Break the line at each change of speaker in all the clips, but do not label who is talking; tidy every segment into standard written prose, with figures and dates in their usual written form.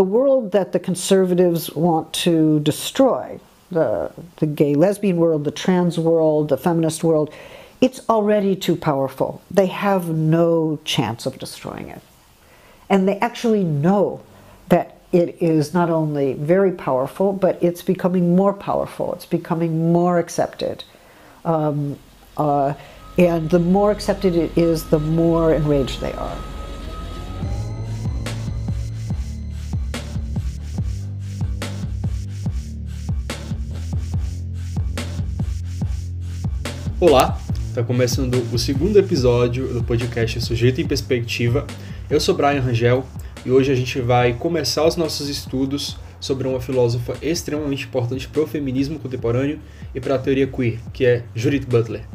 world that the conservatives want to destroy, the gay lesbian world, the trans world, the feminist world, it's already too powerful. They have no chance of destroying it. And they actually know that it is not only very powerful, but it's becoming more powerful. It's becoming more accepted. And the more accepted it is, the more enraged they are.
Olá, está começando o segundo episódio do podcast Sujeito em Perspectiva. Eu sou Brian Rangel e hoje a gente vai começar os nossos estudos sobre uma filósofa extremamente importante para o feminismo contemporâneo e para a teoria queer, que é Judith Butler.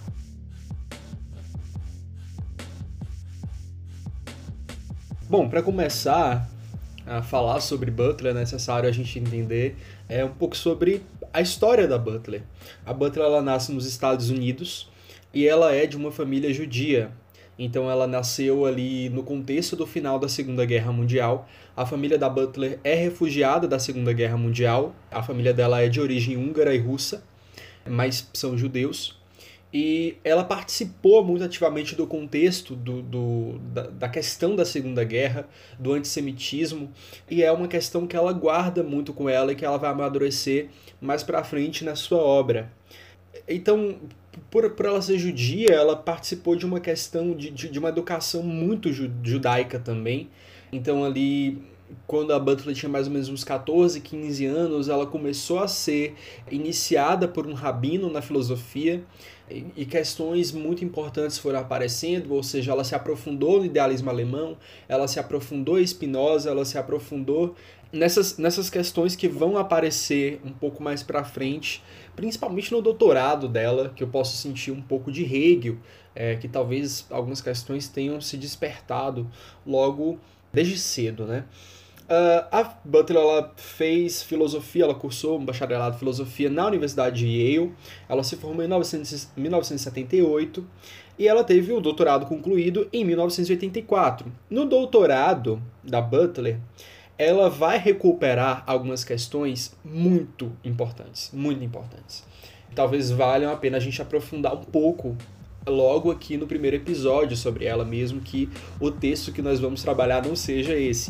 Bom, para começar a falar sobre Butler, é necessário a gente entender um pouco sobre a história da Butler. A Butler ela nasce nos Estados Unidos e ela é de uma família judia. Então ela nasceu ali no contexto do final da Segunda Guerra Mundial. A família da Butler é refugiada da Segunda Guerra Mundial. A família dela é de origem húngara e russa, mas são judeus. E ela participou muito ativamente do contexto da questão da Segunda Guerra, do antissemitismo, e é uma questão que ela guarda muito com ela e que ela vai amadurecer mais pra frente na sua obra. Então, por ela ser judia, ela participou de uma questão de uma educação muito judaica também. Então ali, quando a Butler tinha mais ou menos uns 14, 15 anos, ela começou a ser iniciada por um rabino na filosofia, e questões muito importantes foram aparecendo, ou seja, ela se aprofundou no idealismo alemão, ela se aprofundou em Spinoza, ela se aprofundou nessas questões que vão aparecer um pouco mais pra frente, principalmente no doutorado dela, que eu posso sentir um pouco de Hegel, que talvez algumas questões tenham se despertado logo desde cedo, né? A Butler ela fez filosofia, ela cursou um bacharelado em filosofia na Universidade de Yale, ela se formou em 1978 e ela teve o doutorado concluído em 1984. No doutorado da Butler, ela vai recuperar algumas questões muito importantes. Talvez valham a pena a gente aprofundar um pouco logo aqui no primeiro episódio sobre ela, mesmo que o texto que nós vamos trabalhar não seja esse.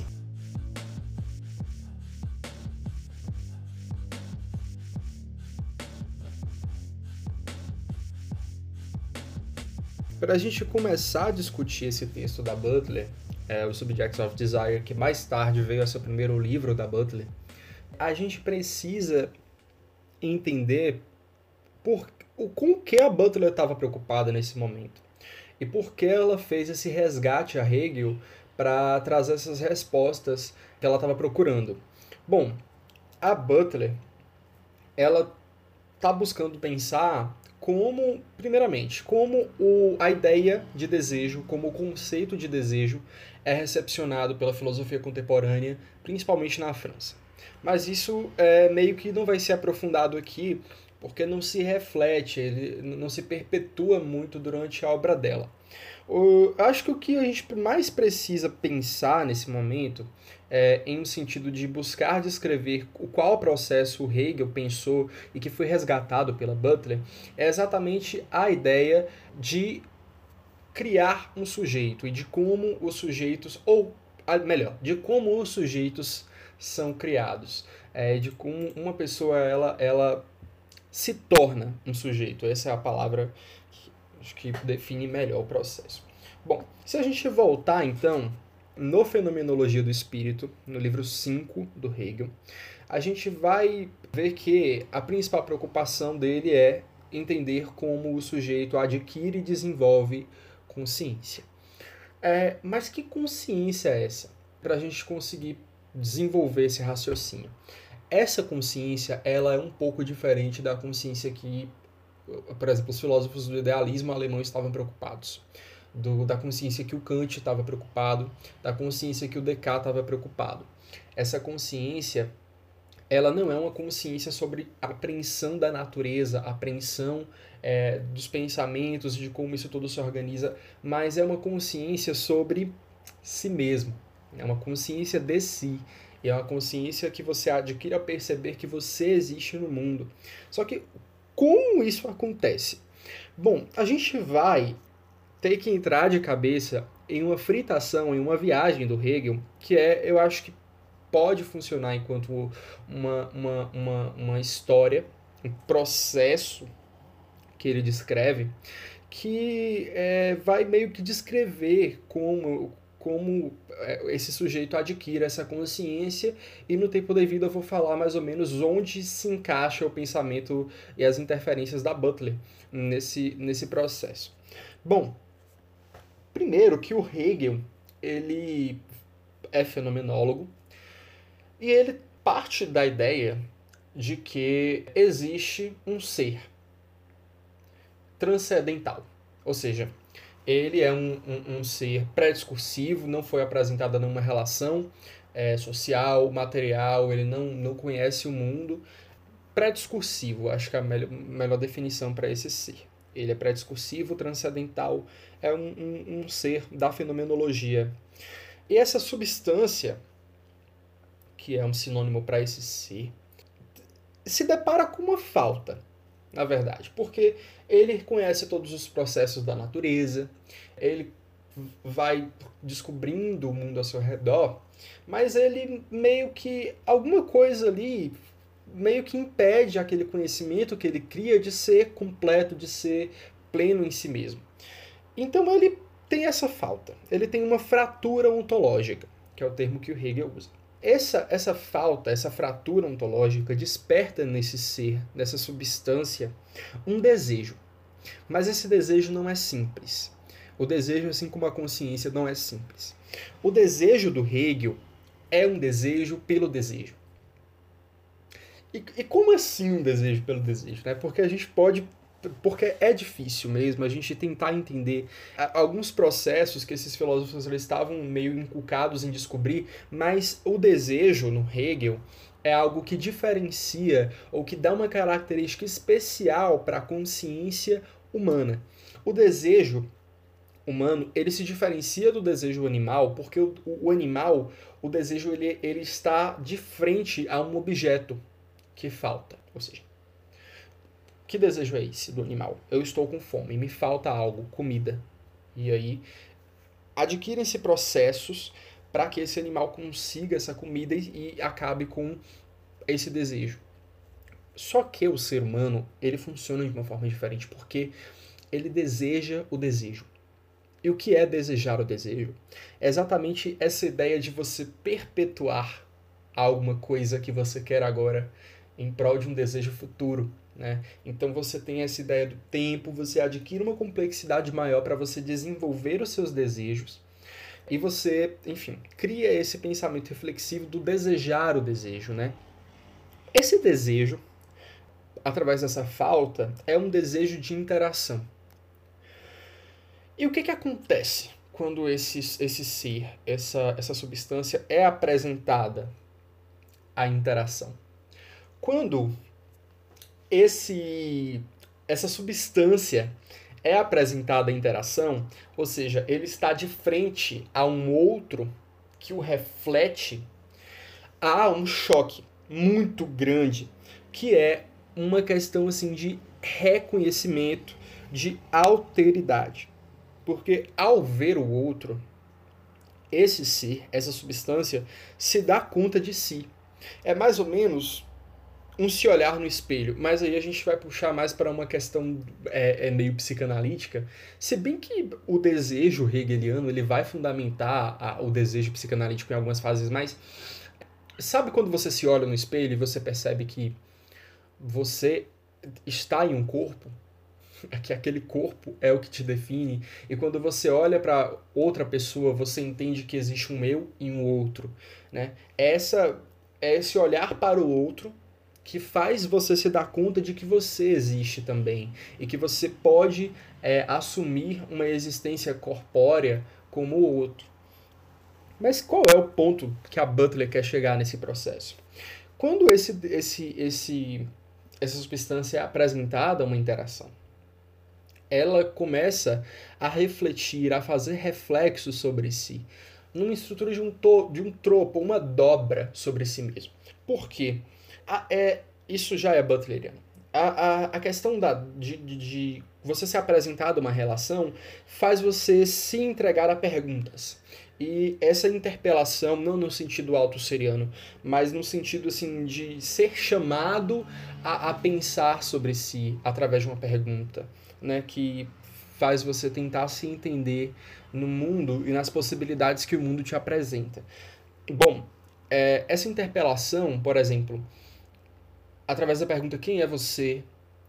Para a gente começar a discutir esse texto da Butler, o Subjects of Desire, que mais tarde veio a ser o primeiro livro da Butler, a gente precisa entender com o que a Butler estava preocupada nesse momento e por que ela fez esse resgate a Hegel para trazer essas respostas que ela estava procurando. Bom, a Butler ela está buscando pensar primeiramente, como a ideia de desejo, como o conceito de desejo é recepcionado pela filosofia contemporânea, principalmente na França. Mas isso meio que não vai ser aprofundado aqui, porque não se reflete, ele não se perpetua muito durante a obra dela. Acho que o que a gente mais precisa pensar nesse momento em um sentido de buscar descrever qual processo Hegel pensou e que foi resgatado pela Butler, é exatamente a ideia de criar um sujeito e de como os sujeitos, de como os sujeitos são criados, de como uma pessoa ela se torna um sujeito. Essa é a palavra que acho que define melhor o processo. Bom, se a gente voltar então no Fenomenologia do Espírito, no livro 5 do Hegel, a gente vai ver que a principal preocupação dele é entender como o sujeito adquire e desenvolve consciência. Mas que consciência é essa? Para a gente conseguir desenvolver esse raciocínio. Essa consciência ela é um pouco diferente da consciência que, por exemplo, os filósofos do idealismo alemão estavam preocupados. Da consciência que o Kant estava preocupado, da consciência que o Descartes estava preocupado. Essa consciência, ela não é uma consciência sobre a apreensão da natureza, a apreensão dos pensamentos, de como isso tudo se organiza, mas é uma consciência sobre si mesmo, é uma consciência de si. E é uma consciência que você adquire ao perceber que você existe no mundo. Só que como isso acontece? Bom, a gente vai ter que entrar de cabeça em uma fritação, em uma viagem do Hegel, que eu acho que pode funcionar enquanto uma história, um processo que ele descreve, que vai meio que descrever como esse sujeito adquire essa consciência, e no tempo devido eu vou falar mais ou menos onde se encaixa o pensamento e as interferências da Butler nesse processo. Bom, primeiro que o Hegel ele é fenomenólogo e ele parte da ideia de que existe um ser transcendental, ou seja, ele é um ser pré-discursivo, não foi apresentado numa relação social, material, ele não conhece o mundo. Pré-discursivo, acho que é a melhor definição para esse ser. Ele é pré-discursivo, transcendental, é um ser da fenomenologia. E essa substância, que é um sinônimo para esse ser, se depara com uma falta, na verdade, porque ele conhece todos os processos da natureza, ele vai descobrindo o mundo ao seu redor, mas ele meio que alguma coisa ali meio que impede aquele conhecimento que ele cria de ser completo, de ser pleno em si mesmo. Então ele tem essa falta, ele tem uma fratura ontológica, que é o termo que o Hegel usa. Essa falta, essa fratura ontológica desperta nesse ser, nessa substância, um desejo. Mas esse desejo não é simples. O desejo, assim como a consciência, não é simples. O desejo do Hegel é um desejo pelo desejo. E como assim um desejo pelo desejo? Né? Porque é difícil mesmo a gente tentar entender alguns processos que esses filósofos eles estavam meio inculcados em descobrir, mas o desejo no Hegel é algo que diferencia ou que dá uma característica especial para a consciência humana. O desejo humano ele se diferencia do desejo animal porque o animal, o desejo ele está de frente a um objeto que falta, ou seja, que desejo é esse do animal? Eu estou com fome, me falta algo, comida. E aí adquirem-se processos para que esse animal consiga essa comida e acabe com esse desejo. Só que o ser humano, ele funciona de uma forma diferente, porque ele deseja o desejo. E o que é desejar o desejo? É exatamente essa ideia de você perpetuar alguma coisa que você quer agora em prol de um desejo futuro. Né? Então você tem essa ideia do tempo, você adquire uma complexidade maior para você desenvolver os seus desejos e você, enfim, cria esse pensamento reflexivo do desejar o desejo. Né? Esse desejo, através dessa falta, é um desejo de interação. E o que acontece quando esse ser, essa substância é apresentada à interação? Quando essa substância é apresentada à interação, ou seja, ele está de frente a um outro que o reflete, há um choque muito grande, que é uma questão assim de reconhecimento, de alteridade. Porque ao ver o outro, esse ser, essa substância, se dá conta de si. É mais ou menos um se olhar no espelho, mas aí a gente vai puxar mais para uma questão meio psicanalítica, se bem que o desejo hegeliano ele vai fundamentar o desejo psicanalítico em algumas fases, mas sabe quando você se olha no espelho e você percebe que você está em um corpo? Que aquele corpo é o que te define, e quando você olha para outra pessoa, você entende que existe um eu e um outro, né? É esse olhar para o outro que faz você se dar conta de que você existe também, e que você pode assumir uma existência corpórea como o outro. Mas qual é o ponto que a Butler quer chegar nesse processo? Quando essa substância é apresentada a uma interação, ela começa a refletir, a fazer reflexos sobre si. numa estrutura de um tropo, uma dobra sobre si mesmo. Por quê? Isso já é butleriano. A questão de você ser apresentado uma relação faz você se entregar a perguntas. E essa interpelação, não no sentido autosseriano, mas no sentido assim, de ser chamado a pensar sobre si através de uma pergunta, né, que faz você tentar se entender no mundo e nas possibilidades que o mundo te apresenta. Bom, essa interpelação, por exemplo, através da pergunta quem é você,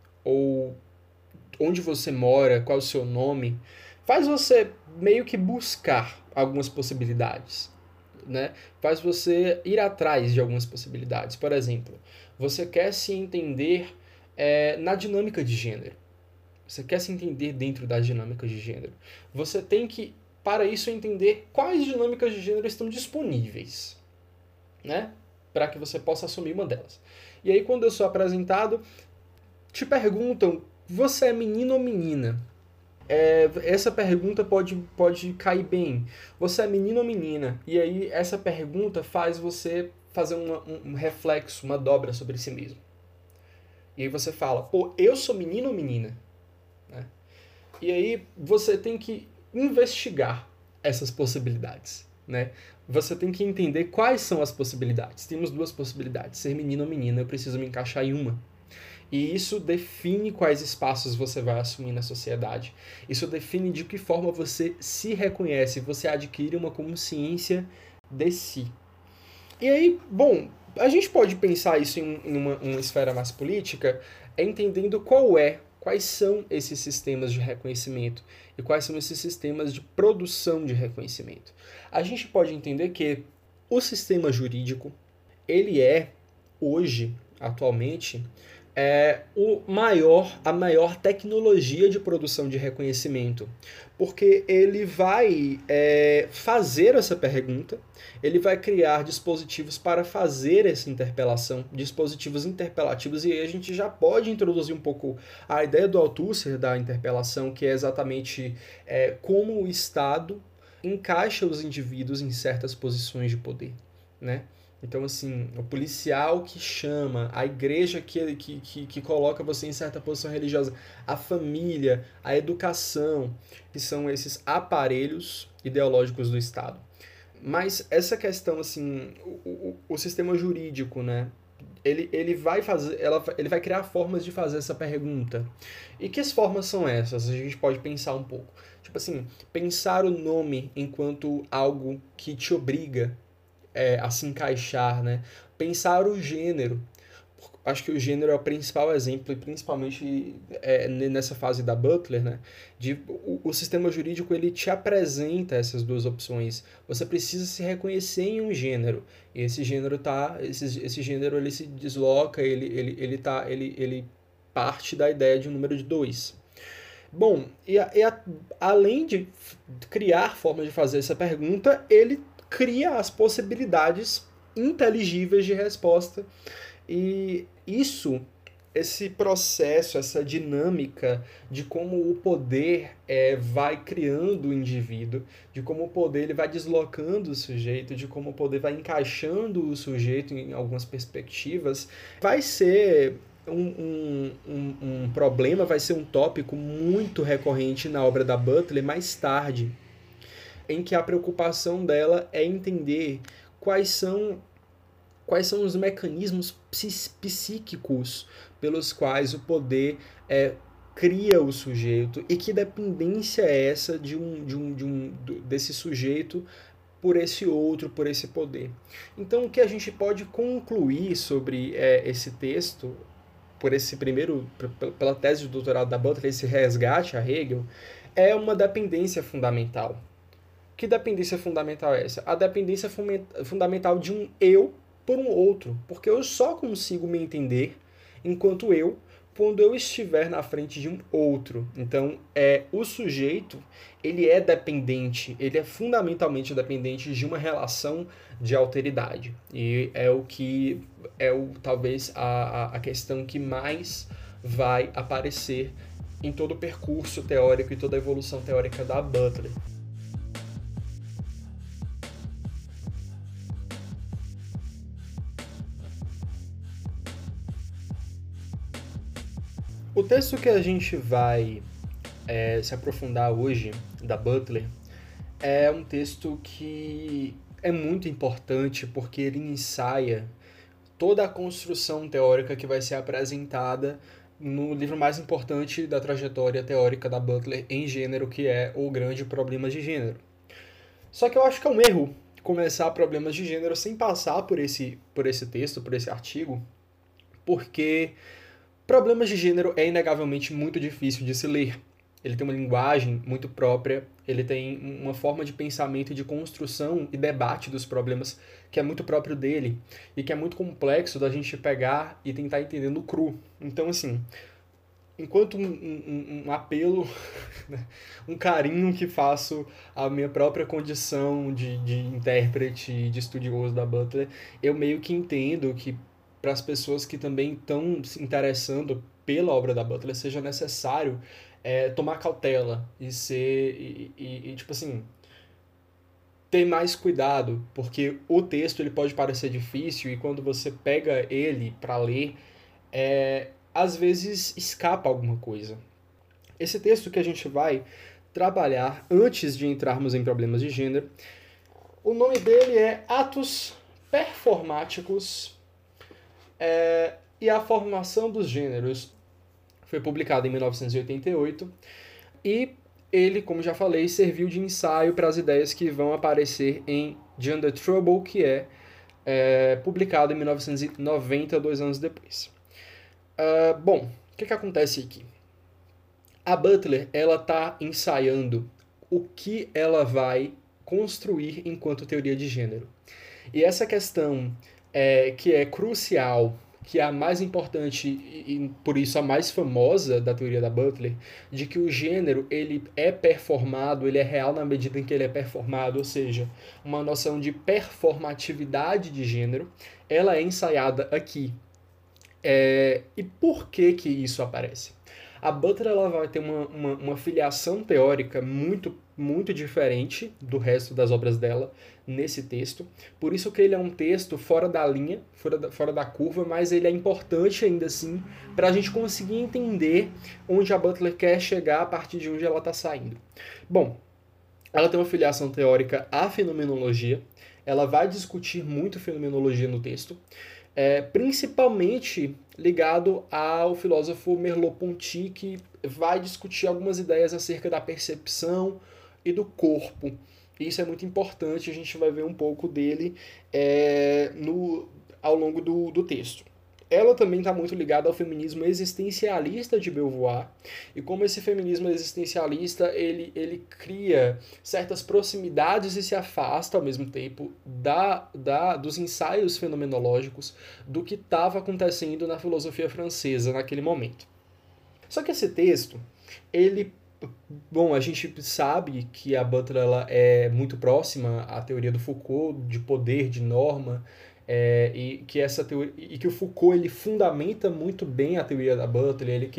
ou onde você mora, qual é o seu nome, faz você meio que buscar algumas possibilidades, né? Faz você ir atrás de algumas possibilidades. Por exemplo, você quer se entender na dinâmica de gênero. Você quer se entender dentro das dinâmicas de gênero. Você tem que, para isso, entender quais dinâmicas de gênero estão disponíveis, né? Para que você possa assumir uma delas. E aí, quando eu sou apresentado, te perguntam, você é menino ou menina? Essa pergunta pode cair bem. Você é menino ou menina? E aí, essa pergunta faz você fazer um reflexo, uma dobra sobre si mesmo. E aí você fala, pô, eu sou menino ou menina? Né? E aí você tem que investigar essas possibilidades, né? Você tem que entender quais são as possibilidades. Temos duas possibilidades, ser menino ou menina, eu preciso me encaixar em uma. E isso define quais espaços você vai assumir na sociedade. Isso define de que forma você se reconhece, você adquire uma consciência de si. E aí, bom, a gente pode pensar isso em uma esfera mais política, entendendo quais são esses sistemas de reconhecimento e quais são esses sistemas de produção de reconhecimento. A gente pode entender que o sistema jurídico, ele hoje, atualmente, a maior tecnologia de produção de reconhecimento, porque ele vai fazer essa pergunta, ele vai criar dispositivos para fazer essa interpelação, dispositivos interpelativos, e aí a gente já pode introduzir um pouco a ideia do Althusser da interpelação, que é exatamente como o Estado encaixa os indivíduos em certas posições de poder, né? Então, assim, o policial que chama, a igreja que coloca você em certa posição religiosa, a família, a educação, que são esses aparelhos ideológicos do Estado. Mas essa questão, assim, o sistema jurídico, né? Ele vai criar formas de fazer essa pergunta. E que formas são essas? A gente pode pensar um pouco. Tipo assim, pensar o nome enquanto algo que te obriga a se encaixar, né? Pensar o gênero. Acho que o gênero é o principal exemplo, e principalmente nessa fase da Butler, né? O sistema jurídico ele te apresenta essas duas opções. Você precisa se reconhecer em um gênero. E esse gênero esse gênero ele se desloca, ele parte da ideia de um número de 2. Bom, além de criar formas de fazer essa pergunta, ele cria as possibilidades inteligíveis de resposta. E esse processo, essa dinâmica de como o poder vai criando o indivíduo, de como o poder ele vai deslocando o sujeito, de como o poder vai encaixando o sujeito em algumas perspectivas, vai ser um problema, vai ser um tópico muito recorrente na obra da Butler mais tarde, em que a preocupação dela é entender quais são os mecanismos psíquicos pelos quais o poder cria o sujeito e que dependência é essa desse sujeito por esse outro, por esse poder. Então, o que a gente pode concluir sobre esse texto, pela tese de doutorado da Butler, esse resgate a Hegel, é uma dependência fundamental. Que dependência fundamental é essa? A dependência fundamental de um eu por um outro, porque eu só consigo me entender enquanto eu quando eu estiver na frente de um outro. Então, o sujeito, ele é dependente, ele é fundamentalmente dependente de uma relação de alteridade. E talvez a questão que mais vai aparecer em todo o percurso teórico e toda a evolução teórica da Butler. O texto que a gente vai se aprofundar hoje, da Butler, é um texto que é muito importante porque ele ensaia toda a construção teórica que vai ser apresentada no livro mais importante da trajetória teórica da Butler em gênero, que é O Grande Problema de Gênero. Só que eu acho que é um erro começar problemas de gênero sem passar por esse texto, por esse artigo, porque problemas de gênero é inegavelmente muito difícil de se ler. Ele tem uma linguagem muito própria, ele tem uma forma de pensamento e de construção e debate dos problemas que é muito próprio dele e que é muito complexo da gente pegar e tentar entender no cru. Então, assim, enquanto um apelo, né, um carinho que faço à minha própria condição de intérprete e de estudioso da Butler, eu meio que entendo que para as pessoas que também estão se interessando pela obra da Butler seja necessário tomar cautela e ser tipo assim, ter mais cuidado, porque o texto ele pode parecer difícil e quando você pega ele para ler, às vezes escapa alguma coisa. Esse texto que a gente vai trabalhar antes de entrarmos em problemas de gênero, o nome dele é Atos Performáticos e a Formação dos Gêneros. Foi publicado em 1988 e ele, como já falei, serviu de ensaio para as ideias que vão aparecer em Gender Trouble, que é publicado em 1990, 2 anos depois. Bom, o que acontece aqui? A Butler ela está ensaiando o que ela vai construir enquanto teoria de gênero. E essa questão que é crucial, que é a mais importante e por isso a mais famosa da teoria da Butler, de que o gênero ele é performado, ele é real na medida em que ele é performado, ou seja, uma noção de performatividade de gênero, ela é ensaiada aqui. E por que que isso aparece? A Butler ela vai ter uma filiação teórica muito diferente do resto das obras dela nesse texto. Por isso que ele é um texto fora da linha, fora da curva, mas ele é importante ainda assim para a gente conseguir entender onde a Butler quer chegar a partir de onde ela está saindo. Bom, ela tem uma filiação teórica à fenomenologia, ela vai discutir muito fenomenologia no texto, principalmente ligado ao filósofo Merleau-Ponty, que vai discutir algumas ideias acerca da percepção e do corpo. Isso é muito importante, a gente vai ver um pouco dele ao longo do texto. Ela também está muito ligada ao feminismo existencialista de Beauvoir, e como esse feminismo existencialista ele cria certas proximidades e se afasta ao mesmo tempo dos ensaios fenomenológicos do que estava acontecendo na filosofia francesa naquele momento. Só que esse texto, bom, a gente sabe que a Butler ela é muito próxima à teoria do Foucault, de poder, de norma, e que o Foucault ele fundamenta muito bem a teoria da Butler,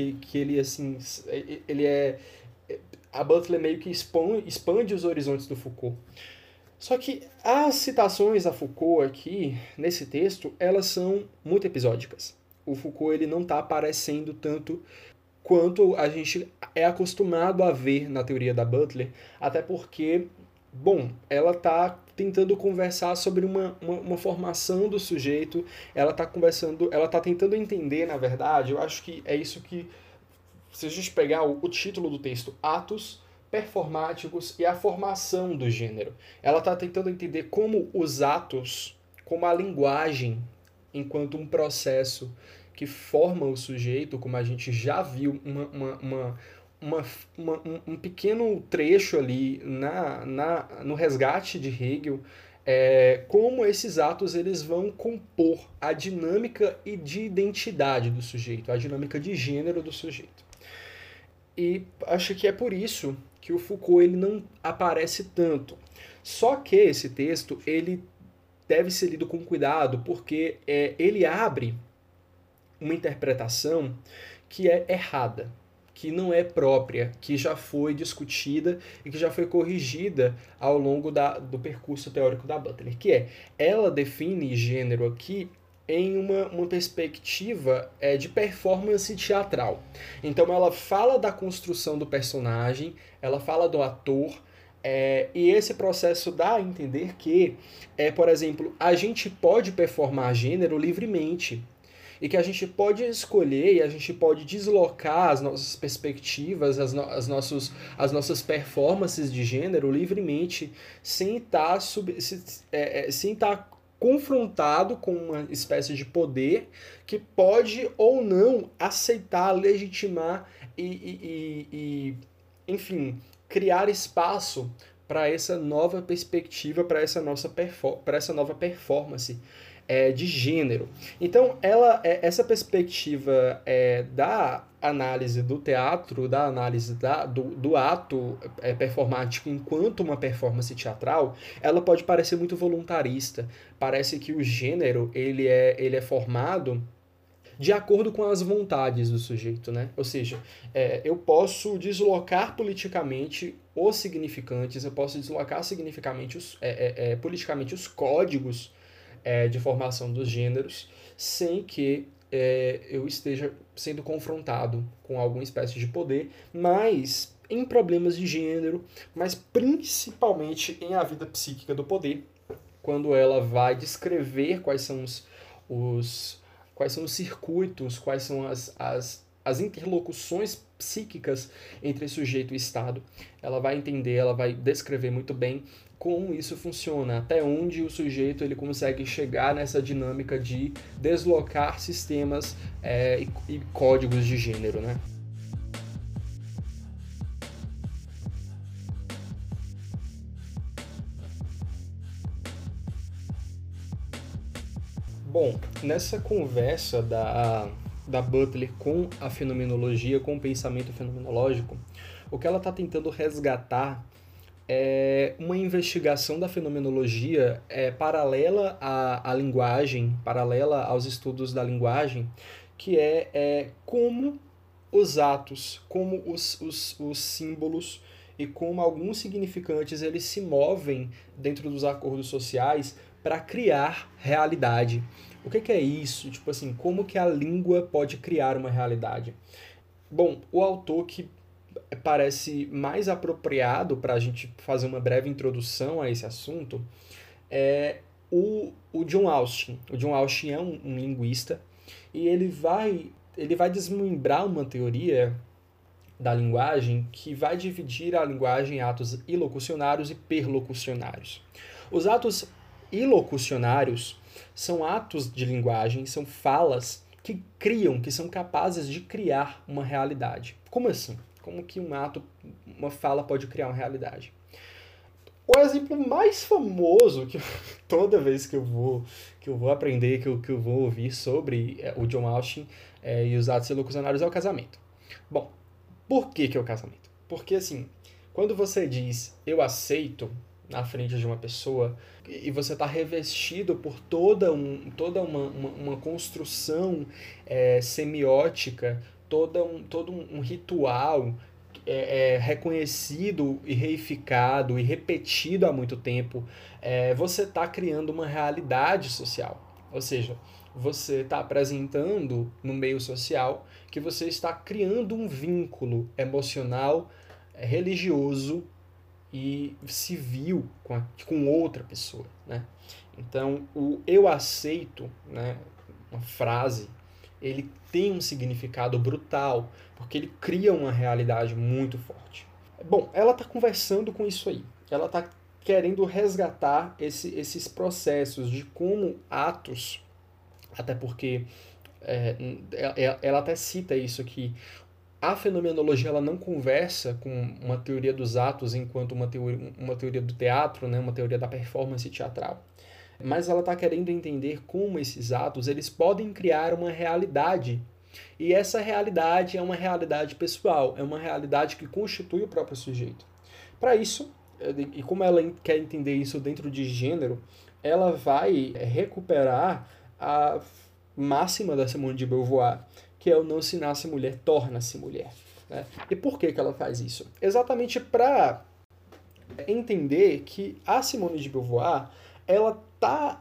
a Butler meio que expande os horizontes do Foucault. Só que as citações a Foucault aqui nesse texto elas são muito episódicas. O Foucault ele não está aparecendo tanto quanto a gente é acostumado a ver na teoria da Butler, até porque, bom, ela está tentando conversar sobre uma formação do sujeito, ela está tentando entender, na verdade, eu acho que é isso que, se a gente pegar o título do texto, Atos Performáticos e a Formação do Gênero, ela está tentando entender como os atos, como a linguagem, enquanto um processo que forma o sujeito, como a gente já viu um pequeno trecho ali no resgate de Hegel, como esses atos eles vão compor a dinâmica e de identidade do sujeito, a dinâmica de gênero do sujeito. E acho que é por isso que o Foucault ele não aparece tanto. Só que esse texto ele deve ser lido com cuidado, porque ele abre uma interpretação que é errada, que não é própria, que já foi discutida e que já foi corrigida ao longo do percurso teórico da Butler, ela define gênero aqui em uma perspectiva de performance teatral. Então ela fala da construção do personagem, ela fala do ator, e esse processo dá a entender que, por exemplo, a gente pode performar gênero livremente. E que a gente pode escolher e a gente pode deslocar as nossas perspectivas, as nossas performances de gênero livremente, sem estar sem estar confrontado com uma espécie de poder que pode ou não aceitar, legitimar enfim, criar espaço para essa nova perspectiva, para essa nova performance de gênero. Então, essa perspectiva da análise do teatro, da análise do ato performático enquanto uma performance teatral, ela pode parecer muito voluntarista. Parece que o gênero ele é formado de acordo com as vontades do sujeito, né? Ou seja, eu posso deslocar politicamente os significantes, eu posso deslocar significativamente politicamente os códigos de formação dos gêneros, sem que eu esteja sendo confrontado com alguma espécie de poder, mas em problemas de gênero, mas principalmente em a vida psíquica do poder, quando ela vai descrever quais são quais são os circuitos, quais são as interlocuções psíquicas entre sujeito e Estado. Ela vai entender, ela vai descrever muito bem como isso funciona, até onde o sujeito ele consegue chegar nessa dinâmica de deslocar sistemas e códigos de gênero, né? Bom, nessa conversa da Butler com a fenomenologia, com o pensamento fenomenológico, o que ela está tentando resgatar é uma investigação da fenomenologia paralela à linguagem, paralela aos estudos da linguagem, que como os atos, como os símbolos e como alguns significantes eles se movem dentro dos acordos sociais para criar realidade. O que é isso? Tipo assim, como que a língua pode criar uma realidade? Bom, o autor que parece mais apropriado para a gente fazer uma breve introdução a esse assunto é o John Austin. O John Austin é um linguista e ele vai desmembrar uma teoria da linguagem que vai dividir a linguagem em atos ilocucionários e perlocucionários. Os atos ilocucionários são atos de linguagem, são falas que criam, que são capazes de criar uma realidade. Como assim? Como que uma fala pode criar uma realidade? O exemplo mais famoso que toda vez que eu vou aprender, que eu vou ouvir sobre o John Austin e os atos ilocucionários é o casamento. Bom, por que é o casamento? Porque assim, quando você diz eu aceito na frente de uma pessoa e você está revestido por toda uma construção semiótica, todo um ritual reconhecido e reificado e repetido há muito tempo, você está criando uma realidade social. Ou seja, você está apresentando no meio social que você está criando um vínculo emocional, religioso e civil com outra pessoa, né? Então, o eu aceito, né, uma frase, ele tem um significado brutal, porque ele cria uma realidade muito forte. Bom, ela está conversando com isso aí. Ela está querendo resgatar esses processos de como atos, até porque ela até cita isso aqui, a fenomenologia ela não conversa com uma teoria dos atos enquanto uma teoria do teatro, né, uma teoria da performance teatral. Mas ela está querendo entender como esses atos eles podem criar uma realidade. E essa realidade é uma realidade pessoal, é uma realidade que constitui o próprio sujeito. Para isso, e como ela quer entender isso dentro de gênero, ela vai recuperar a máxima da Simone de Beauvoir, que é o não se nasce mulher, torna-se mulher. Né? E por que ela faz isso? Exatamente para entender que a Simone de Beauvoir ela está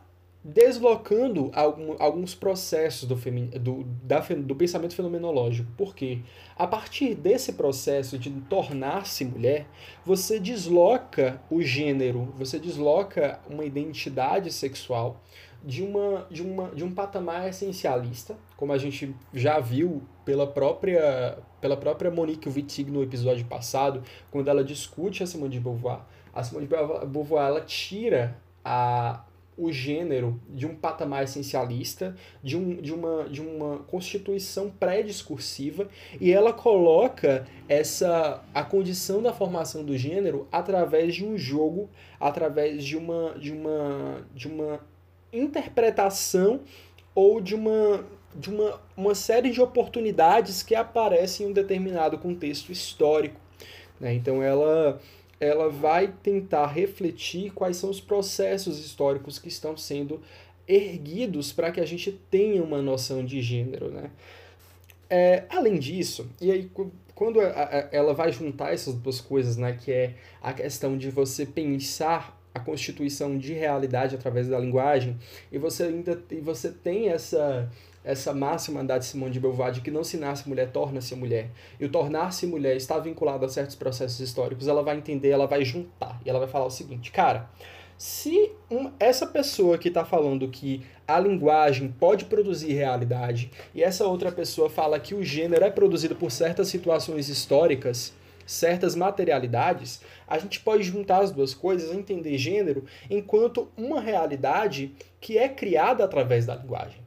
deslocando alguns processos do pensamento fenomenológico. Por quê? A partir desse processo de tornar-se mulher, você desloca o gênero, você desloca uma identidade sexual de um patamar essencialista, como a gente já viu pela própria Monique Wittig no episódio passado, quando ela discute a Simone de Beauvoir. A Simone de Beauvoir ela tira o gênero de um patamar essencialista, de uma constituição pré-discursiva, e ela coloca a condição da formação do gênero através de um jogo, através de uma interpretação ou de uma série de oportunidades que aparecem em um determinado contexto histórico, né? Então ela vai tentar refletir quais são os processos históricos que estão sendo erguidos para que a gente tenha uma noção de gênero, né? Além disso, e aí quando ela vai juntar essas duas coisas, né, que é a questão de você pensar a constituição de realidade através da linguagem, e você tem essa máxima da Simone de Beauvoir de que não se nasce mulher, torna-se mulher. E o tornar-se mulher está vinculado a certos processos históricos, ela vai entender, ela vai juntar. E ela vai falar o seguinte, cara, se essa pessoa que está falando que a linguagem pode produzir realidade, e essa outra pessoa fala que o gênero é produzido por certas situações históricas, certas materialidades, a gente pode juntar as duas coisas e entender gênero enquanto uma realidade que é criada através da linguagem.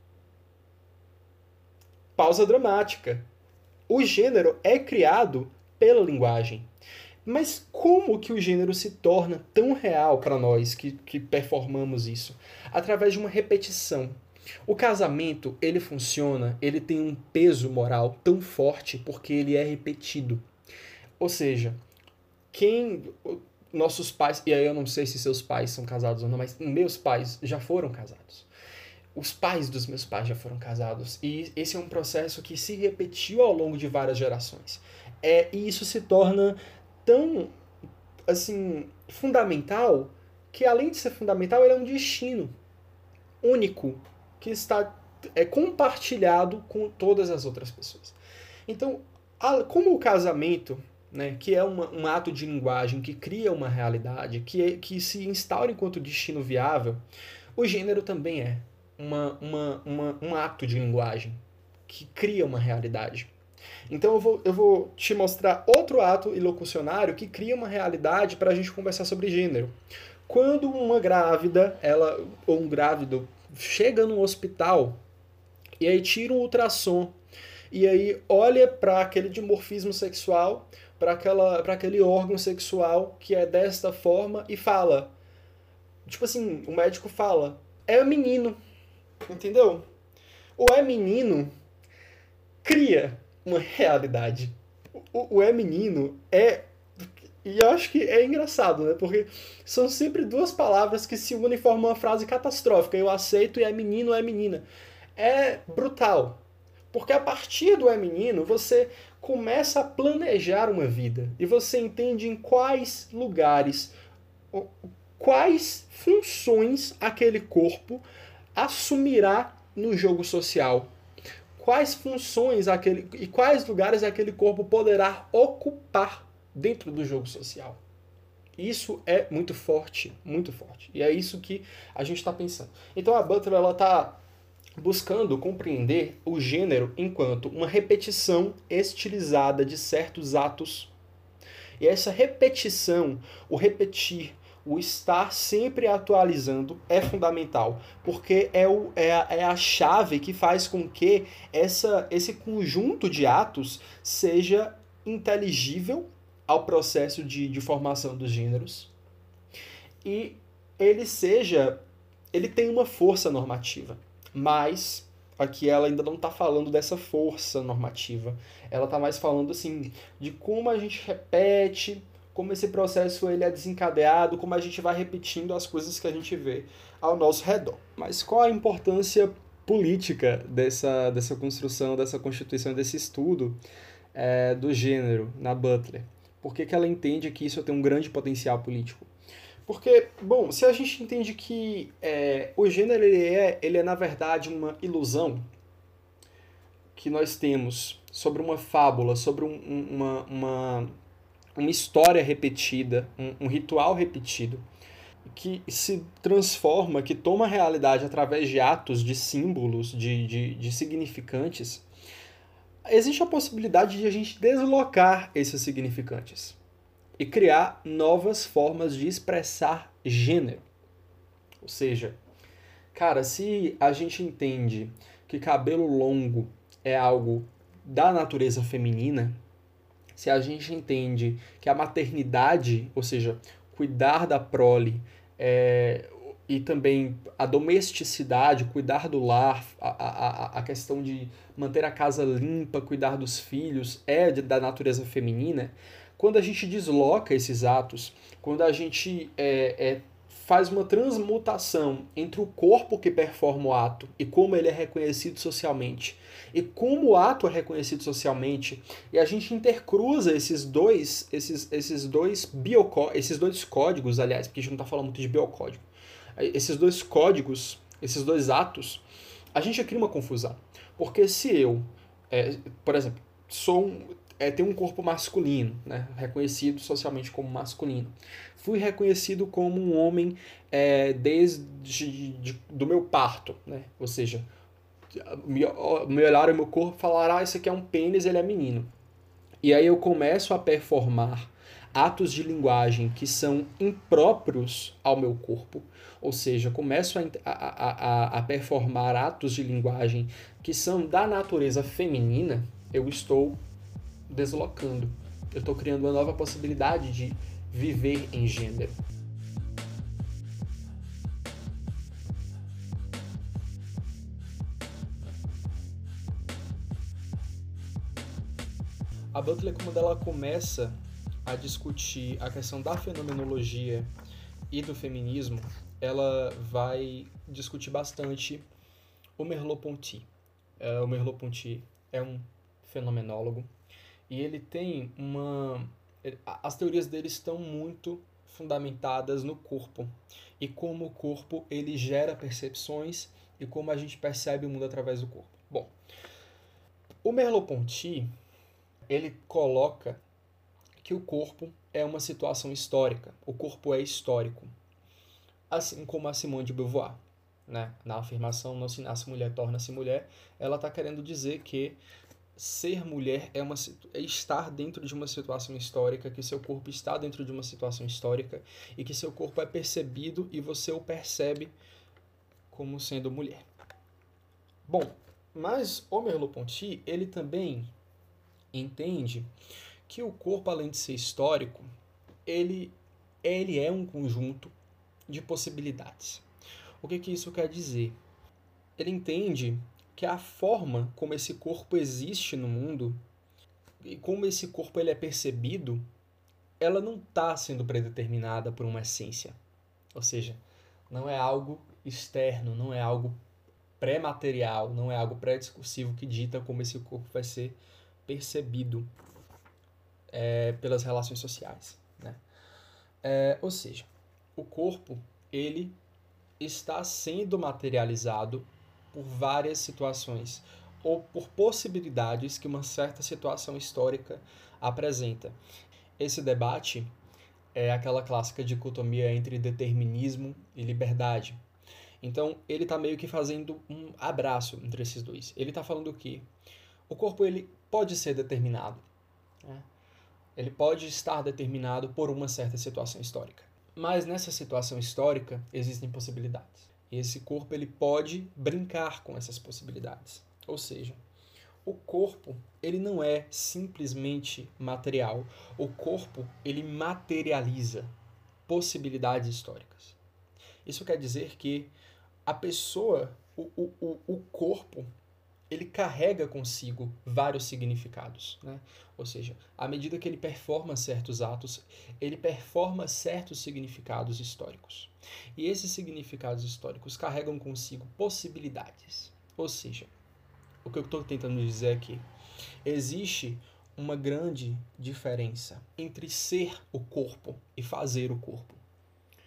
Pausa dramática. O gênero é criado pela linguagem. Mas como que o gênero se torna tão real para nós que performamos isso? Através de uma repetição. O casamento, ele funciona, ele tem um peso moral tão forte porque ele é repetido. Ou seja, nossos pais, e aí eu não sei se seus pais são casados ou não, mas meus pais já foram casados. Os pais dos meus pais já foram casados. E esse é um processo que se repetiu ao longo de várias gerações. E isso se torna tão, assim, fundamental, que além de ser fundamental, ele é um destino único, que está compartilhado com todas as outras pessoas. Então, como o casamento, né, que é um ato de linguagem que cria uma realidade, que se instaura enquanto destino viável, o gênero também é um ato de linguagem que cria uma realidade. Então eu vou te mostrar outro ato ilocucionário que cria uma realidade para a gente conversar sobre gênero. Quando uma grávida, ou um grávido, chega num hospital e aí tira um ultrassom e aí olha para aquele dimorfismo sexual, para aquele órgão sexual que é desta forma e fala, tipo assim, o médico fala, é menino. Entendeu? O menino cria uma realidade. O menino e eu acho que é engraçado, né? Porque são sempre duas palavras que se unem e formam uma frase catastrófica. Eu aceito e é menino ou é menina. É brutal. Porque a partir do menino, você começa a planejar uma vida. E você entende em quais lugares, quais funções aquele corpo assumirá no jogo social. Quais funções e quais lugares aquele corpo poderá ocupar dentro do jogo social. Isso é muito forte, muito forte. E é isso que a gente está pensando. Então a Butler está buscando compreender o gênero enquanto uma repetição estilizada de certos atos. E essa repetição, o repetir, o estar sempre atualizando é fundamental, porque é a chave que faz com que esse conjunto de atos seja inteligível ao processo de formação dos gêneros e ele tem uma força normativa, mas aqui ela ainda não está falando dessa força normativa, ela está mais falando assim, de como a gente repete, como esse processo ele é desencadeado, como a gente vai repetindo as coisas que a gente vê ao nosso redor. Mas qual a importância política dessa construção, dessa constituição, desse estudo do gênero na Butler? Por que ela entende que isso tem um grande potencial político? Porque, bom, se a gente entende que o gênero ele é, na verdade, uma ilusão que nós temos sobre uma fábula, sobre uma história repetida, um ritual repetido, que se transforma, que toma realidade através de atos, de símbolos, de significantes, existe a possibilidade de a gente deslocar esses significantes e criar novas formas de expressar gênero. Ou seja, cara, se a gente entende que cabelo longo é algo da natureza feminina, se a gente entende que a maternidade, ou seja, cuidar da prole, e também a domesticidade, cuidar do lar, a questão de manter a casa limpa, cuidar dos filhos, da natureza feminina, quando a gente desloca esses atos, quando a gente faz uma transmutação entre o corpo que performa o ato e como ele é reconhecido socialmente, e como o ato é reconhecido socialmente, e a gente intercruza esses dois códigos, aliás, porque a gente não está falando muito de biocódigo, esses dois códigos, esses dois atos, a gente cria uma confusão. Porque se eu, por exemplo, tenho um corpo masculino, né, reconhecido socialmente como masculino, fui reconhecido como um homem desde do meu parto, né, ou seja, me olharam o meu corpo e falaram, esse aqui é um pênis, ele é menino. E aí eu começo a performar atos de linguagem que são impróprios ao meu corpo, ou seja, começo a performar atos de linguagem que são da natureza feminina, eu estou deslocando. Eu estou criando uma nova possibilidade de viver em gênero. A Butler, quando ela começa a discutir a questão da fenomenologia e do feminismo, ela vai discutir bastante o Merleau-Ponty. O Merleau-Ponty é um fenomenólogo e ele tem as teorias dele estão muito fundamentadas no corpo e como o corpo ele gera percepções e como a gente percebe o mundo através do corpo. Bom, o Merleau-Ponty ele coloca que o corpo é uma situação histórica, o corpo é histórico, assim como a Simone de Beauvoir, né? Na afirmação não se nasce mulher, torna-se mulher, ela está querendo dizer que ser mulher é estar dentro de uma situação histórica, que seu corpo está dentro de uma situação histórica e que seu corpo é percebido e você o percebe como sendo mulher. Bom, mas o Merleau-Ponty, ele também entende que o corpo, além de ser histórico, ele é um conjunto de possibilidades. O que isso quer dizer? Ele entende que a forma como esse corpo existe no mundo e como esse corpo ele é percebido, ela não está sendo predeterminada por uma essência. Ou seja, não é algo externo, não é algo pré-material, não é algo pré-discursivo que dita como esse corpo vai ser percebido pelas relações sociais, né? Ou seja, o corpo ele está sendo materializado por várias situações ou por possibilidades que uma certa situação histórica apresenta. Esse debate é aquela clássica dicotomia entre determinismo e liberdade. Então, ele está meio que fazendo um abraço entre esses dois. Ele está falando que o corpo ele pode ser determinado, né? Ele pode estar determinado por uma certa situação histórica. Mas nessa situação histórica existem possibilidades. E esse corpo ele pode brincar com essas possibilidades. Ou seja, o corpo ele não é simplesmente material. O corpo ele materializa possibilidades históricas. Isso quer dizer que a pessoa, o corpo, ele carrega consigo vários significados, né? Ou seja, à medida que ele performa certos atos, ele performa certos significados históricos. E esses significados históricos carregam consigo possibilidades. Ou seja, o que eu estou tentando dizer aqui, existe uma grande diferença entre ser o corpo e fazer o corpo.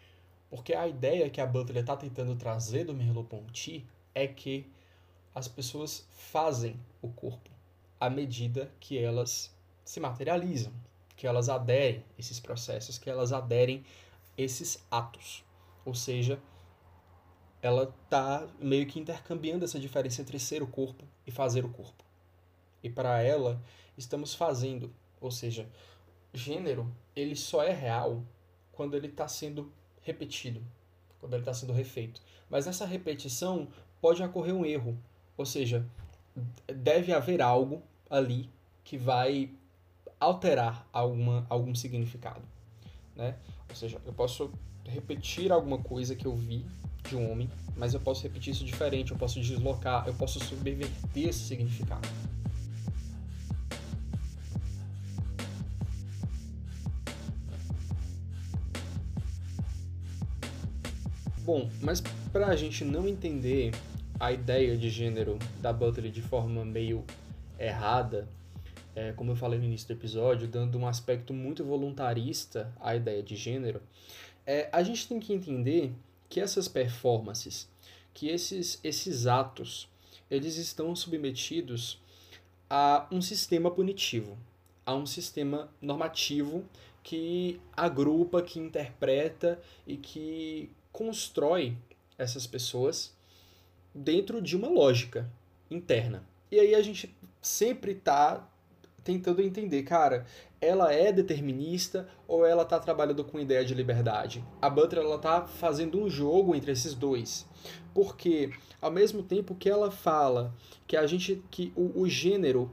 Porque a ideia que a Butler está tentando trazer do Merleau-Ponty é que as pessoas fazem o corpo à medida que elas se materializam, que elas aderem a esses processos, que elas aderem a esses atos. Ou seja, ela está meio que intercambiando essa diferença entre ser o corpo e fazer o corpo. E para ela, estamos fazendo. Ou seja, gênero, ele só é real quando ele está sendo repetido, quando ele está sendo refeito. Mas nessa repetição pode ocorrer um erro. Ou seja, deve haver algo ali que vai alterar algum significado, né? Ou seja, eu posso repetir alguma coisa que eu vi de um homem, mas eu posso repetir isso diferente, eu posso deslocar, eu posso subverter esse significado. Bom, mas para a gente não entender a ideia de gênero da Butler de forma meio errada, como eu falei no início do episódio, dando um aspecto muito voluntarista à ideia de gênero, a gente tem que entender que essas performances, que esses atos, eles estão submetidos a um sistema punitivo, a um sistema normativo que agrupa, que interpreta e que constrói essas pessoas dentro de uma lógica interna. E aí a gente sempre está tentando entender, cara, ela é determinista ou ela está trabalhando com ideia de liberdade? A Butler ela tá fazendo um jogo entre esses dois. Porque ao mesmo tempo que ela fala que o gênero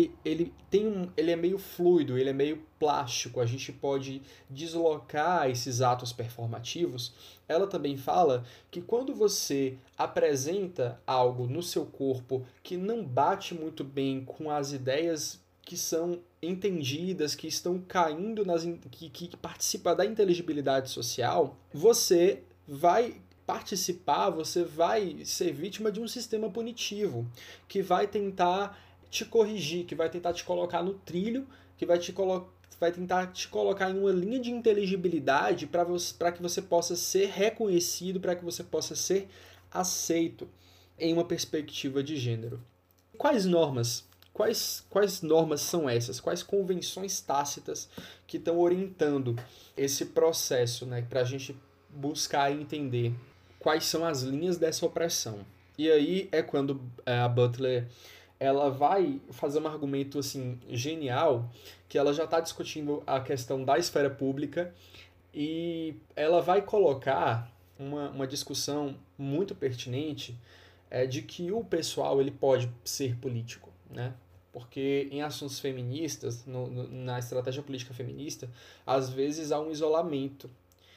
ele é meio fluido, ele é meio plástico, a gente pode deslocar esses atos performativos, ela também fala que quando você apresenta algo no seu corpo que não bate muito bem com as ideias que são entendidas, que estão caindo que participa da inteligibilidade social, você vai participar, você vai ser vítima de um sistema punitivo que vai tentar te corrigir, que vai tentar te colocar no trilho, que vai tentar te colocar em uma linha de inteligibilidade para que você possa ser reconhecido, para que você possa ser aceito em uma perspectiva de gênero. Quais normas? Quais normas são essas? Quais convenções tácitas que estão orientando esse processo, né, para a gente buscar entender quais são as linhas dessa opressão? E aí é quando a Butler ela vai fazer um argumento assim genial, que ela já está discutindo a questão da esfera pública e ela vai colocar uma discussão muito pertinente de que o pessoal ele pode ser político, né? Porque em assuntos feministas, na estratégia política feminista, às vezes há um isolamento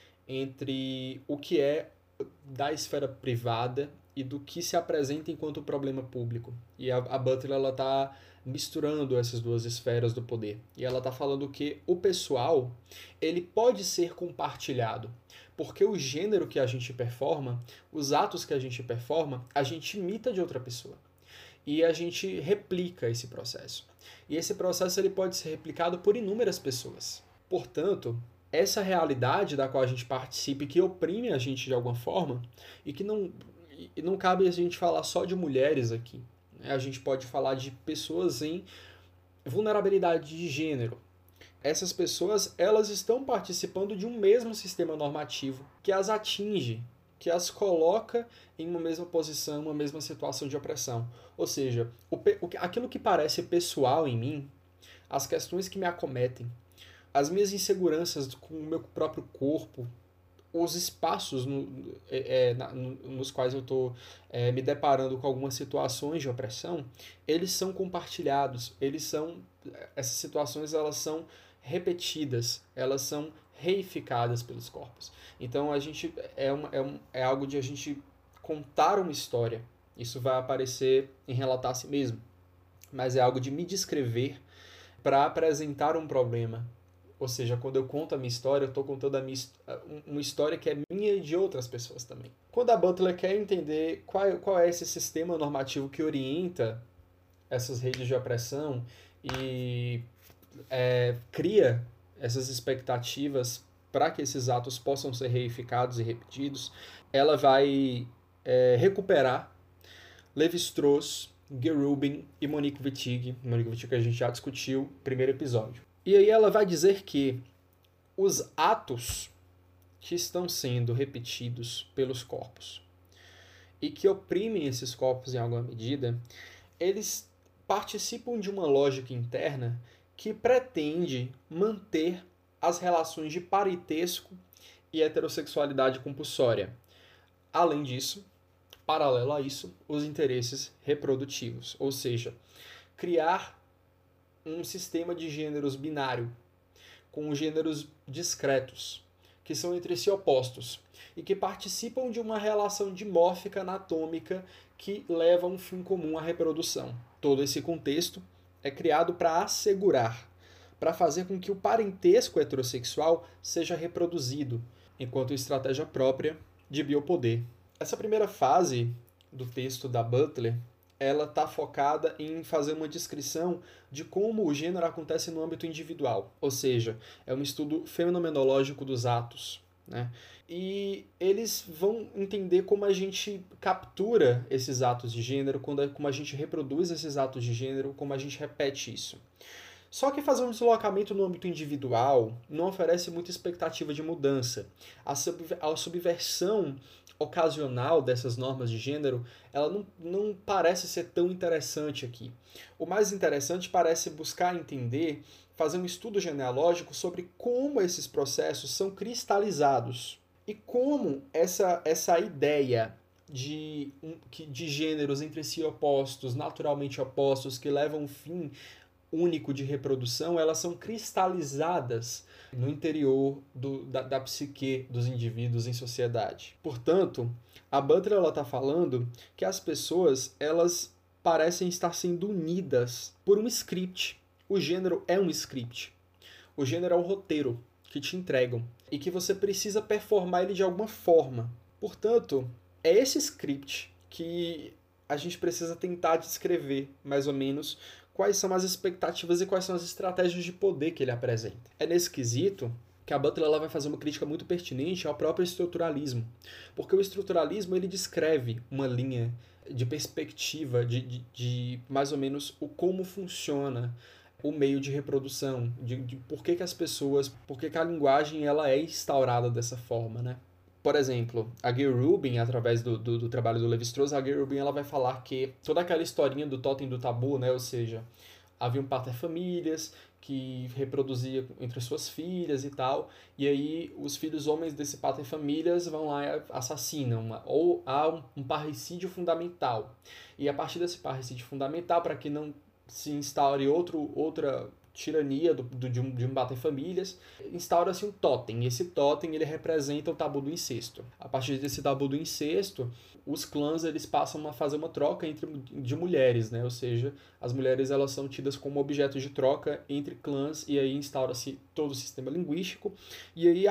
entre o que é da esfera privada e do que se apresenta enquanto problema público. E a Butler ela está misturando essas duas esferas do poder. E ela está falando que o pessoal ele pode ser compartilhado, porque o gênero que a gente performa, os atos que a gente performa, a gente imita de outra pessoa. E a gente replica esse processo. E esse processo ele pode ser replicado por inúmeras pessoas. Portanto, essa realidade da qual a gente participa e que oprime a gente de alguma forma, e que não cabe a gente falar só de mulheres aqui. Né? A gente pode falar de pessoas em vulnerabilidade de gênero. Essas pessoas elas estão participando de um mesmo sistema normativo que as atinge, que as coloca em uma mesma posição, uma mesma situação de opressão. Ou seja, aquilo que parece pessoal em mim, as questões que me acometem, as minhas inseguranças com o meu próprio corpo, os espaços nos quais eu estou me deparando com algumas situações de opressão, eles são compartilhados, essas situações elas são repetidas, elas são reificadas pelos corpos. Então a gente é algo de a gente contar uma história. Isso vai aparecer em relatar a si mesmo, mas é algo de me descrever para apresentar um problema. Ou seja, quando eu conto a minha história, eu estou contando uma história que é minha e de outras pessoas também. Quando a Butler quer entender qual é esse sistema normativo que orienta essas redes de opressão e cria essas expectativas para que esses atos possam ser reificados e repetidos, ela vai recuperar Levi-Strauss, Gerubin e Monique Wittig. Monique Wittig a gente já discutiu no primeiro episódio. E aí ela vai dizer que os atos que estão sendo repetidos pelos corpos e que oprimem esses corpos em alguma medida, eles participam de uma lógica interna que pretende manter as relações de parentesco e heterossexualidade compulsória. Além disso, paralelo a isso, os interesses reprodutivos, ou seja, criar um sistema de gêneros binário, com gêneros discretos, que são entre si opostos, e que participam de uma relação dimórfica anatômica que leva a um fim comum à reprodução. Todo esse contexto é criado para assegurar, para fazer com que o parentesco heterossexual seja reproduzido, enquanto estratégia própria de biopoder. Essa primeira fase do texto da Butler, ela está focada em fazer uma descrição de como o gênero acontece no âmbito individual, ou seja, é um estudo fenomenológico dos atos, né? E eles vão entender como a gente captura esses atos de gênero, como a gente reproduz esses atos de gênero, como a gente repete isso. Só que fazer um deslocamento no âmbito individual não oferece muita expectativa de mudança. A subversão ocasional dessas normas de gênero, ela não parece ser tão interessante aqui. O mais interessante parece buscar entender, fazer um estudo genealógico sobre como esses processos são cristalizados e como essa ideia de gêneros entre si opostos, naturalmente opostos, que levam a um fim único de reprodução, elas são cristalizadas no interior da psique dos indivíduos em sociedade. Portanto, a Butler está falando que as pessoas elas parecem estar sendo unidas por um script. O gênero é um script. O gênero é um roteiro que te entregam e que você precisa performar ele de alguma forma. Portanto, é esse script que a gente precisa tentar descrever, mais ou menos, quais são as expectativas e quais são as estratégias de poder que ele apresenta. É nesse quesito que a Butler ela vai fazer uma crítica muito pertinente ao próprio estruturalismo, porque o estruturalismo ele descreve uma linha de perspectiva de mais ou menos o como funciona o meio de reprodução, de por que as pessoas, por que a linguagem ela é instaurada dessa forma, né? Por exemplo, a Gayle Rubin, através do trabalho do Levi-Strauss, a Gayle Rubin ela vai falar que toda aquela historinha do totem do tabu, né? Ou seja, haviam paterfamílias que reproduzia entre suas filhas e tal, e aí os filhos homens desse paterfamílias vão lá e assassinam, ou há um parricídio fundamental. E a partir desse parricídio fundamental, para que não se instaure outra tirania de um bater-famílias, instaura-se um totem. E esse totem ele representa o tabu do incesto. A partir desse tabu do incesto, os clãs eles passam a fazer uma troca de mulheres, né? Ou seja, as mulheres elas são tidas como objetos de troca entre clãs e aí instaura-se todo o sistema linguístico. E aí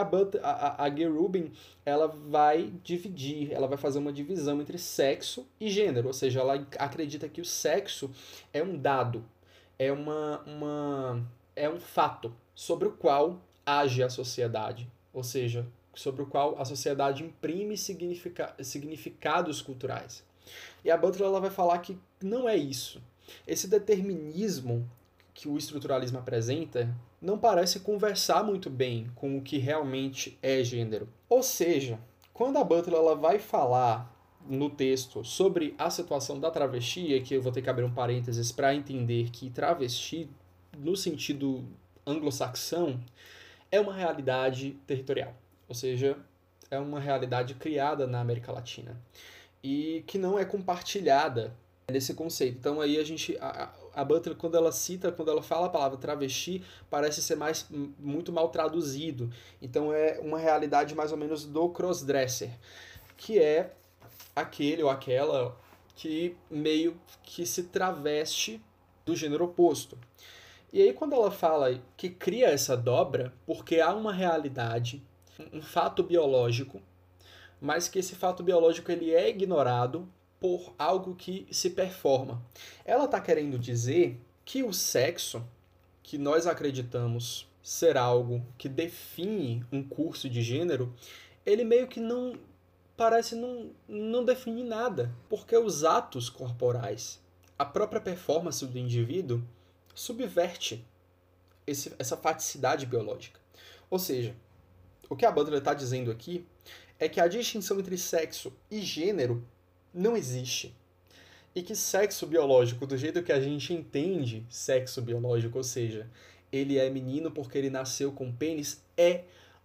a Gayle Rubin ela vai dividir, ela vai fazer uma divisão entre sexo e gênero, ou seja, ela acredita que o sexo é um dado, é um fato sobre o qual age a sociedade, ou seja, sobre o qual a sociedade imprime significados culturais. E a Butler ela vai falar que não é isso. Esse determinismo que o estruturalismo apresenta não parece conversar muito bem com o que realmente é gênero. Ou seja, quando a Butler ela vai falar no texto sobre a situação da travesti, aqui eu vou ter que abrir um parênteses para entender que travesti, no sentido anglo-saxão, é uma realidade territorial, ou seja, é uma realidade criada na América Latina e que não é compartilhada nesse conceito. Então aí a Butler, quando ela fala a palavra travesti, parece ser muito mal traduzido. Então é uma realidade mais ou menos do crossdresser, que é aquele ou aquela que meio que se traveste do gênero oposto. E aí quando ela fala que cria essa dobra, porque há uma realidade, um fato biológico, mas que esse fato biológico ele é ignorado por algo que se performa. Ela está querendo dizer que o sexo que nós acreditamos ser algo que define um curso de gênero, ele meio que não parece não definir nada, porque os atos corporais, a própria performance do indivíduo, subverte essa faticidade biológica. Ou seja, o que a Butler está dizendo aqui é que a distinção entre sexo e gênero não existe. E que sexo biológico, do jeito que a gente entende sexo biológico, ou seja, ele é menino porque ele nasceu com pênis, é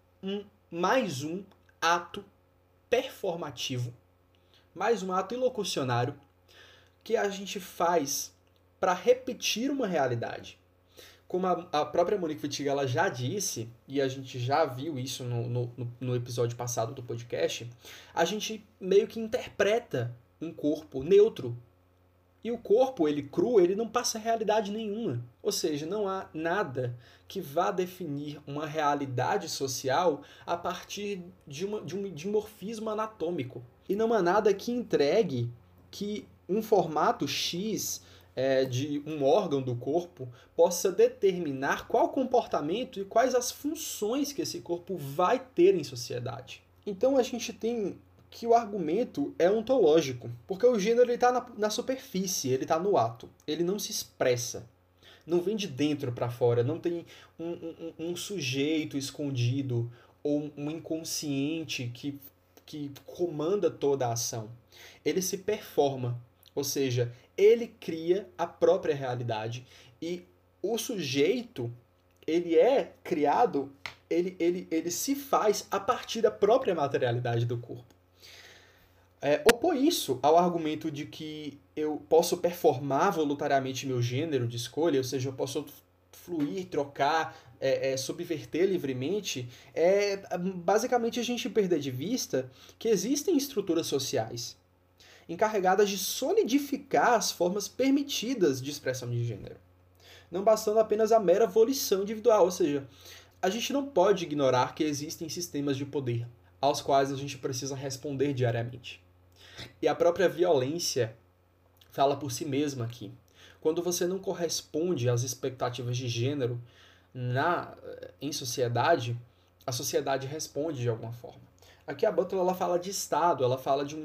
mais um ato performativo, mais um ato ilocucionário que a gente faz para repetir uma realidade. Como a própria Monique Wittig ela já disse, e a gente já viu isso no episódio passado do podcast, a gente meio que interpreta um corpo neutro. E o corpo, ele cru, ele não passa realidade nenhuma. Ou seja, não há nada que vá definir uma realidade social a partir de um dimorfismo anatômico. E não há nada que entregue que um formato X de um órgão do corpo possa determinar qual comportamento e quais as funções que esse corpo vai ter em sociedade. Então a gente tem que o argumento é ontológico, porque o gênero está na superfície, ele está no ato, ele não se expressa, não vem de dentro para fora, não tem um sujeito escondido ou um inconsciente que comanda toda a ação. Ele se performa, ou seja, ele cria a própria realidade e o sujeito, ele é criado, ele se faz a partir da própria materialidade do corpo. Opor isso ao argumento de que eu posso performar voluntariamente meu gênero de escolha, ou seja, eu posso fluir, trocar, subverter livremente, basicamente a gente perder de vista que existem estruturas sociais encarregadas de solidificar as formas permitidas de expressão de gênero, não bastando apenas a mera volição individual, ou seja, a gente não pode ignorar que existem sistemas de poder aos quais a gente precisa responder diariamente. E a própria violência fala por si mesma aqui. Quando você não corresponde às expectativas de gênero em sociedade, a sociedade responde de alguma forma. Aqui a Butler ela fala de Estado, ela fala de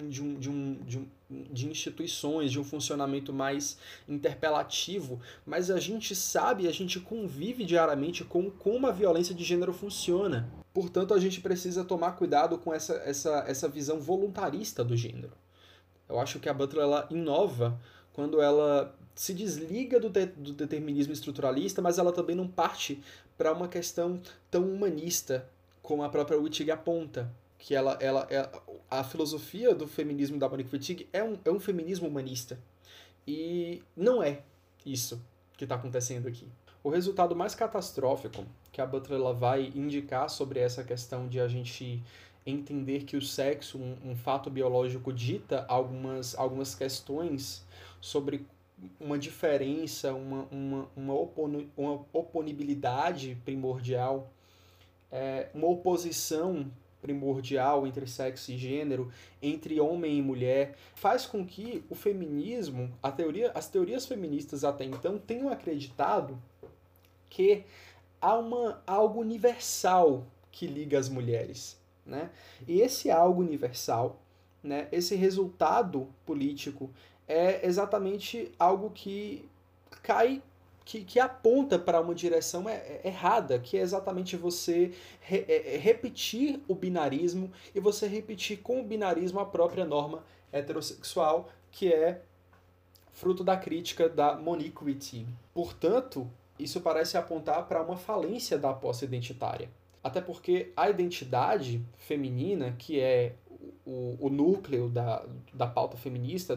instituições, de um funcionamento mais interpelativo, mas a gente sabe, a gente convive diariamente com como a violência de gênero funciona. Portanto, a gente precisa tomar cuidado com essa visão voluntarista do gênero. Eu acho que a Butler ela inova quando ela se desliga do determinismo estruturalista, mas ela também não parte para uma questão tão humanista como a própria Wittig aponta. Que a filosofia do feminismo da Monique Wittig é um feminismo humanista. E não é isso que está acontecendo aqui. O resultado mais catastrófico que a Butler ela vai indicar sobre essa questão de a gente entender que o sexo, um fato biológico, dita algumas questões sobre uma diferença, uma oponibilidade primordial, uma oposição primordial entre sexo e gênero, entre homem e mulher, faz com que o feminismo, as teorias feministas até então tenham acreditado que há algo universal que liga as mulheres, né? E esse algo universal, né, esse resultado político é exatamente algo que cai, que aponta para uma direção errada, que é exatamente você repetir o binarismo e você repetir com o binarismo a própria norma heterossexual, que é fruto da crítica da Monique Wittig. Portanto, isso parece apontar para uma falência da posse identitária. Até porque a identidade feminina, que é o núcleo da pauta feminista,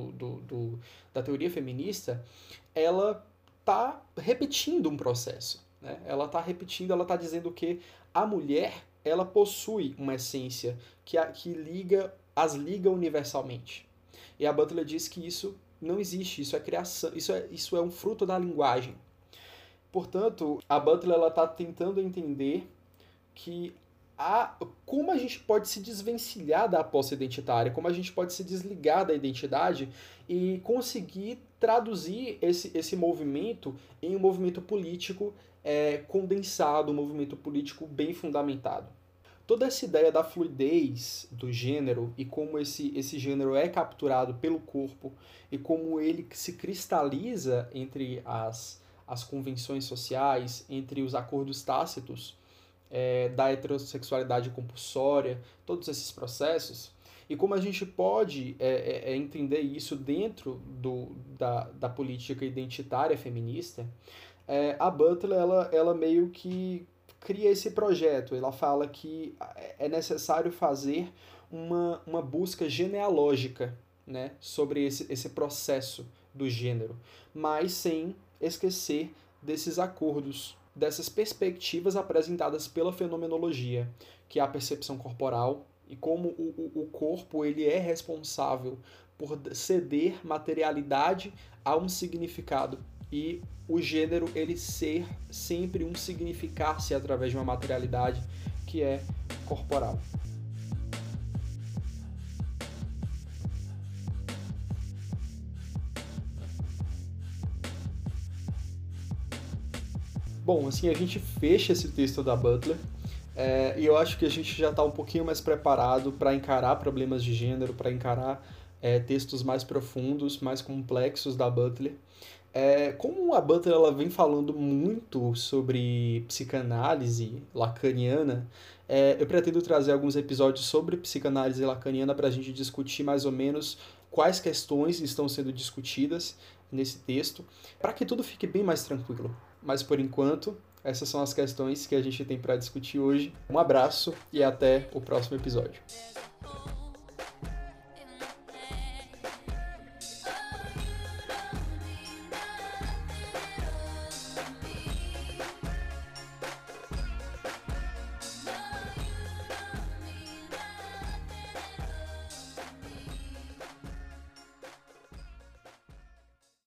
da teoria feminista, ela está repetindo um processo. Né? Ela está repetindo, ela está dizendo que a mulher ela possui uma essência que as liga universalmente. E a Butler diz que isso não existe, isso é criação, isso é um fruto da linguagem. Portanto, a Butler está tentando entender que como a gente pode se desvencilhar da posse identitária, como a gente pode se desligar da identidade e conseguir traduzir esse movimento em um movimento político condensado, um movimento político bem fundamentado. Toda essa ideia da fluidez do gênero e como esse gênero é capturado pelo corpo e como ele se cristaliza entre as convenções sociais, entre os acordos tácitos, da heterossexualidade compulsória, todos esses processos, e como a gente pode entender isso dentro da política identitária feminista. A Butler ela meio que cria esse projeto. Ela fala que é necessário fazer uma busca genealógica, né, sobre esse processo do gênero, mas sem esquecer desses acordos, dessas perspectivas apresentadas pela fenomenologia, que é a percepção corporal e como o corpo ele é responsável por ceder materialidade a um significado e o gênero ele ser sempre um significar-se através de uma materialidade que é corporal. Bom, assim a gente fecha esse texto da Butler e eu acho que a gente já está um pouquinho mais preparado para encarar problemas de gênero, para encarar textos mais profundos, mais complexos da Butler. Como a Butler ela vem falando muito sobre psicanálise lacaniana, eu pretendo trazer alguns episódios sobre psicanálise lacaniana para a gente discutir mais ou menos quais questões estão sendo discutidas nesse texto, para que tudo fique bem mais tranquilo. Mas por enquanto, essas são as questões que a gente tem para discutir hoje. Um abraço e até o próximo episódio.